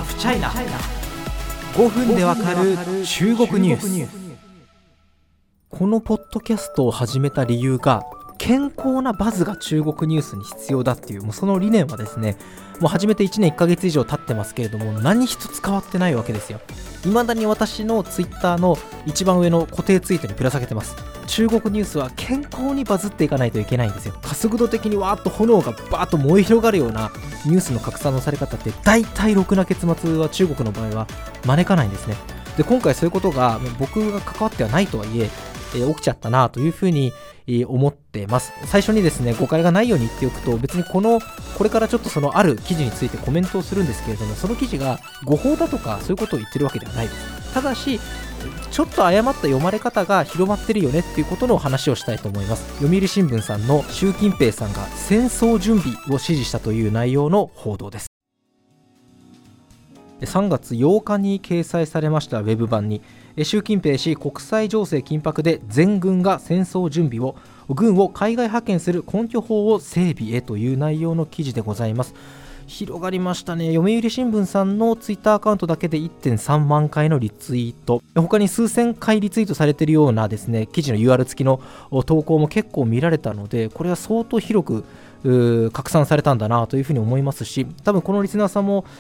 フチャイナ、5分でわかる中国ニュース。このポッドキャストを始めた理由が、健康なバズが中国ニュースに必要だっていう、もうその理念はですね、もう始めて1年1ヶ月以上経ってますけれども、何一つ変わってないわけですよ。未だに私のツイッターの一番上の固定ツイートにぶら下げてます。中国ニュースは健康にバズっていかないといけないんですよ。加速度的にわーっと炎がバーッと燃え広がるようなニュースの拡散のされ方って、大体ろくな結末は中国の場合は招かないんですね。で、今回そういうことが僕が関わってはないとはいえ起きちゃったなというふうに思ってます。最初にですね、誤解がないように言っておくと、別にこれからちょっとそのある記事についてコメントをするんですけれども、その記事が誤報だとかそういうことを言ってるわけではないです。ただしちょっと誤った読まれ方が広まってるよねっていうことの話をしたいと思います。読売新聞さんの習近平さんが戦争準備を指示したという内容の報道です。3月8日に掲載されましたウェブ版に、習近平氏国際情勢緊迫で全軍が戦争準備を、軍を海外派遣する根拠法を整備へという内容の記事でございます。広がりましたね。読売新聞さんのツイッターアカウントだけで 1.3 万回のリツイート、他に数千回リツイートされているようなですね、記事の UR 付きの投稿も結構見られたので、これは相当広く拡散されたんだなというふうに思いますし、多分このリスナーさんも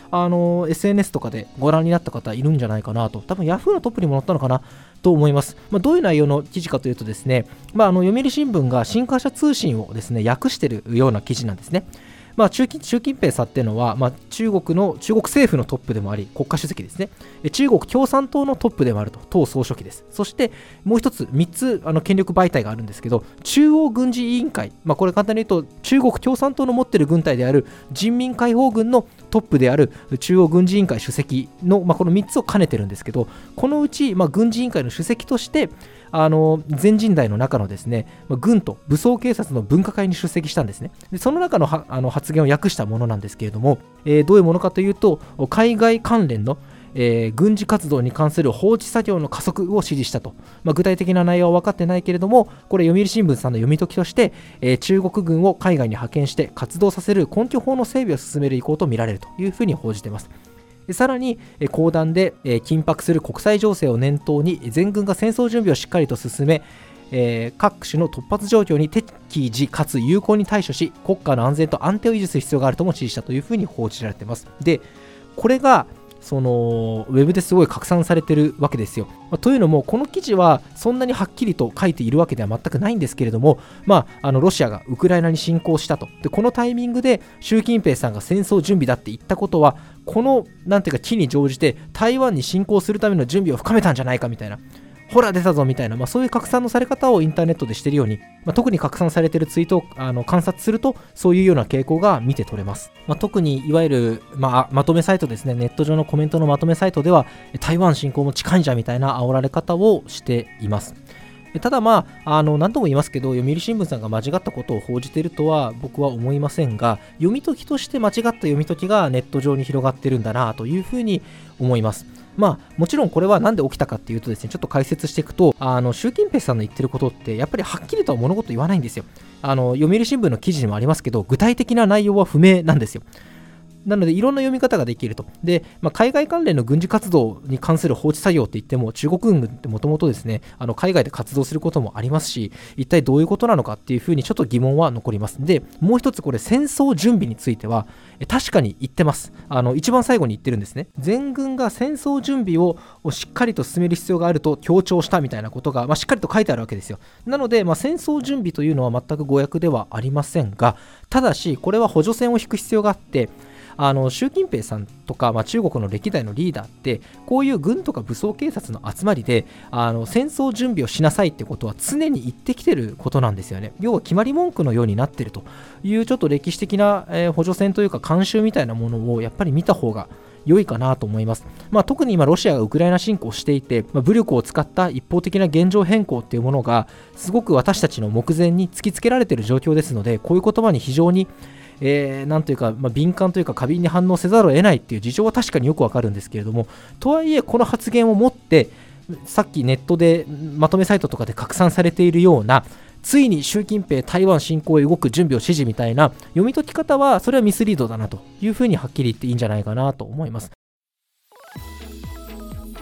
SNS とかでご覧になった方いるんじゃないかなと。多分 Yahoo のトップにも載ったのかなと思います。どういう内容の記事かというとですね、読売新聞が新華社通信をですね訳しているような記事なんですね。習近平さんっていうのは、中国政府のトップでもあり、国家主席ですね。中国共産党のトップでもあると、党総書記です。そしてもう一つ3つ権力媒体があるんですけど、中央軍事委員会、これ簡単に言うと中国共産党の持っている軍隊である人民解放軍のトップである中央軍事委員会主席の、この3つを兼ねてるんですけど、このうち、軍事委員会の主席として全人代の中のですね、軍と武装警察の分科会に出席したんですね。でその中の発言を訳したものなんですけれども、どういうものかというと、海外関連の軍事活動に関する放置作業の加速を指示したと。具体的な内容は分かってないけれども、これ読売新聞さんの読み解きとして、中国軍を海外に派遣して活動させる根拠法の整備を進める意向とみられるというふうに報じています。さらに講談で緊迫する国際情勢を念頭に、全軍が戦争準備をしっかりと進め、各種の突発状況に適時かつ有効に対処し、国家の安全と安定を維持する必要があるとも指示したというふうに報じられています。で、これがウェブですごい拡散されてるわけですよ。というのも、この記事はそんなにはっきりと書いているわけでは全くないんですけれども、ロシアがウクライナに侵攻したと。で、このタイミングで習近平さんが戦争準備だって言ったことは、この機に乗じて台湾に侵攻するための準備を深めたんじゃないかみたいな、ほら出たぞみたいな、そういう拡散のされ方をインターネットでしているように、特に拡散されているツイートを観察すると、そういうような傾向が見て取れます。特にいわゆる、まとめサイトですね、ネット上のコメントのまとめサイトでは、台湾侵攻も近いんじゃみたいな煽られ方をしています。ただ何度も言いますけど、読売新聞さんが間違ったことを報じているとは僕は思いませんが、読み解きとして間違った読み解きがネット上に広がってるんだなというふうに思います。もちろんこれは何で起きたかっていうとですね、ちょっと解説していくと、習近平さんの言ってることってやっぱりはっきりとは物事言わないんですよ。読売新聞の記事にもありますけど、具体的な内容は不明なんですよ。なのでいろんな読み方ができると。で、海外関連の軍事活動に関する放置作業って言っても、中国軍ってもともとですね、海外で活動することもありますし、一体どういうことなのかっていうふうにちょっと疑問は残ります。で、もう一つ、これ戦争準備については確かに言ってます。一番最後に言ってるんですね。全軍が戦争準備をしっかりと進める必要があると強調したみたいなことが、しっかりと書いてあるわけですよ。なので、戦争準備というのは全く誤訳ではありませんが、ただしこれは補助線を引く必要があって、習近平さんとか、中国の歴代のリーダーって、こういう軍とか武装警察の集まりで戦争準備をしなさいってことは常に言ってきてることなんですよね。要は決まり文句のようになってるという、ちょっと歴史的な補助線というか慣習みたいなものをやっぱり見た方が良いかなと思います。特に今ロシアがウクライナ侵攻していて、武力を使った一方的な現状変更っていうものがすごく私たちの目前に突きつけられている状況ですので、こういう言葉に非常になんというか、敏感というか過敏に反応せざるを得ないっていう事情は確かによくわかるんですけれども、とはいえこの発言をもってさっきネットでまとめサイトとかで拡散されているような、ついに習近平台湾侵攻へ動く準備を指示みたいな読み解き方は、それはミスリードだなというふうにはっきり言っていいんじゃないかなと思います。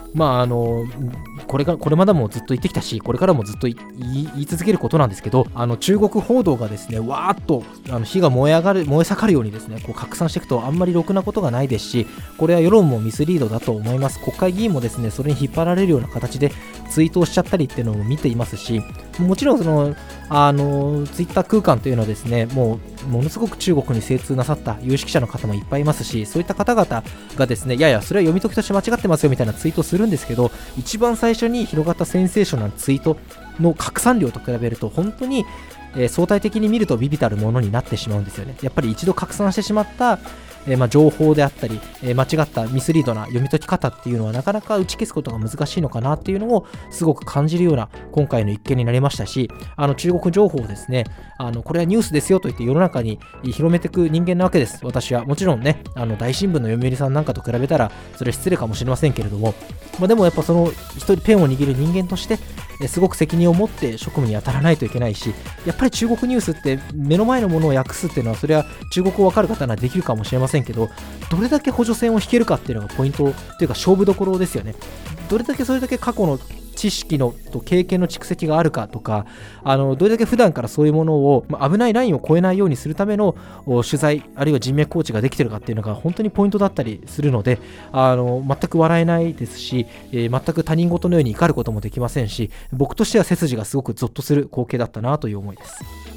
これまでもずっと言ってきたし、これからもずっと言い続けることなんですけど、中国報道がですね、わーっと火が燃え盛るようにですね、こう拡散していくとあんまりろくなことがないですし、これは世論もミスリードだと思います。国会議員もですね、それに引っ張られるような形でツイートをしちゃったりっていうのも見ていますし、もちろんツイッター空間というのはですね、ものすごく中国に精通なさった有識者の方もいっぱいいますし、そういった方々がですね、いやいやそれは読み解きとして間違ってますよみたいなツイートをするんですけど、一番最初に広がったセンセーショナルなツイートの拡散量と比べると本当に、相対的に見ると微々たるものになってしまうんですよね。やっぱり一度拡散してしまった情報であったり、間違ったミスリードな読み解き方っていうのはなかなか打ち消すことが難しいのかなっていうのをすごく感じるような今回の一件になりましたし、中国情報をですね、これはニュースですよと言って世の中に広めていく人間なわけです。私はもちろんね、大新聞の読売さんなんかと比べたらそれは失礼かもしれませんけれども、でもやっぱその一人ペンを握る人間としてすごく責任を持って職務に当たらないといけないし、やっぱり中国ニュースって目の前のものを訳すっていうのは、それは中国語わかる方ならできるかもしれませんけど、どれだけ補助線を引けるかっていうのがポイントというか勝負どころですよね。それだけ過去の知識のと経験の蓄積があるかとか、どれだけ普段からそういうものを、危ないラインを越えないようにするための取材あるいは人脈コーチができているかっていうのが本当にポイントだったりするので、全く笑えないですし、全く他人事のように怒ることもできませんし、僕としては背筋がすごくゾッとする光景だったなという思いです。